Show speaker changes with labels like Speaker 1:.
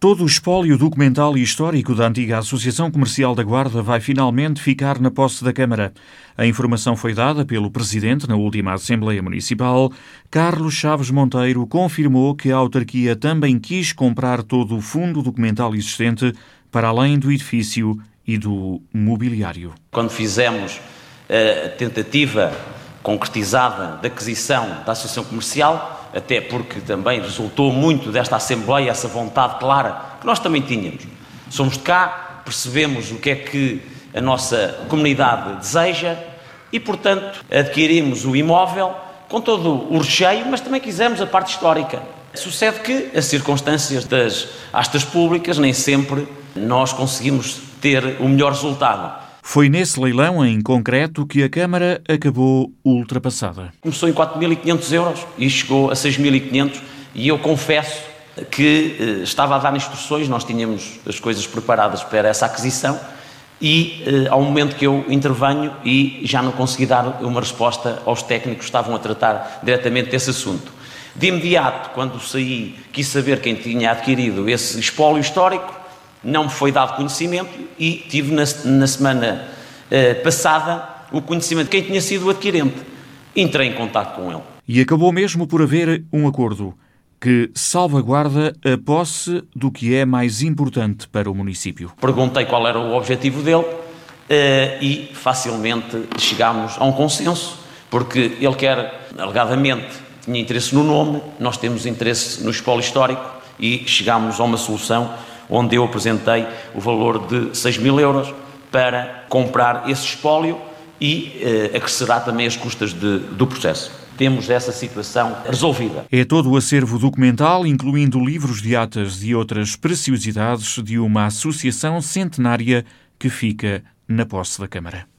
Speaker 1: Todo o espólio documental e histórico da antiga Associação Comercial da Guarda vai finalmente ficar na posse da Câmara. A informação foi dada pelo Presidente na última Assembleia Municipal. Carlos Chaves Monteiro confirmou que a autarquia também quis comprar todo o fundo documental existente para além do edifício e do mobiliário.
Speaker 2: Quando fizemos a tentativa concretizada da aquisição da Associação Comercial, até porque também resultou muito desta Assembleia, essa vontade clara que nós também tínhamos. Somos de cá, percebemos o que é que a nossa comunidade deseja e, portanto, adquirimos o imóvel com todo o recheio, mas também quisemos a parte histórica. Sucede que as circunstâncias das astas públicas nem sempre nós conseguimos ter o melhor resultado.
Speaker 1: Foi nesse leilão em concreto que a Câmara acabou ultrapassada.
Speaker 2: Começou em 4.500 euros e chegou a 6.500 e eu confesso que estava a dar instruções, nós tínhamos as coisas preparadas para essa aquisição e há um momento que eu intervenho e já não consegui dar uma resposta aos técnicos que estavam a tratar diretamente desse assunto. De imediato, quando saí, quis saber quem tinha adquirido esse espólio histórico. Não me foi dado conhecimento e tive na semana passada o conhecimento de quem tinha sido o adquirente. Entrei em contato com ele.
Speaker 1: E acabou mesmo por haver um acordo que salvaguarda a posse do que é mais importante para o município.
Speaker 2: Perguntei qual era o objetivo dele e facilmente chegámos a um consenso, porque ele quer, alegadamente, tinha interesse no nome, nós temos interesse no espólio histórico e chegámos a uma solução onde eu apresentei o valor de 6.000 euros para comprar esse espólio e acrescerá também as custas do processo. Temos essa situação resolvida.
Speaker 1: É todo o acervo documental, incluindo livros de atas e outras preciosidades de uma associação centenária que fica na posse da Câmara.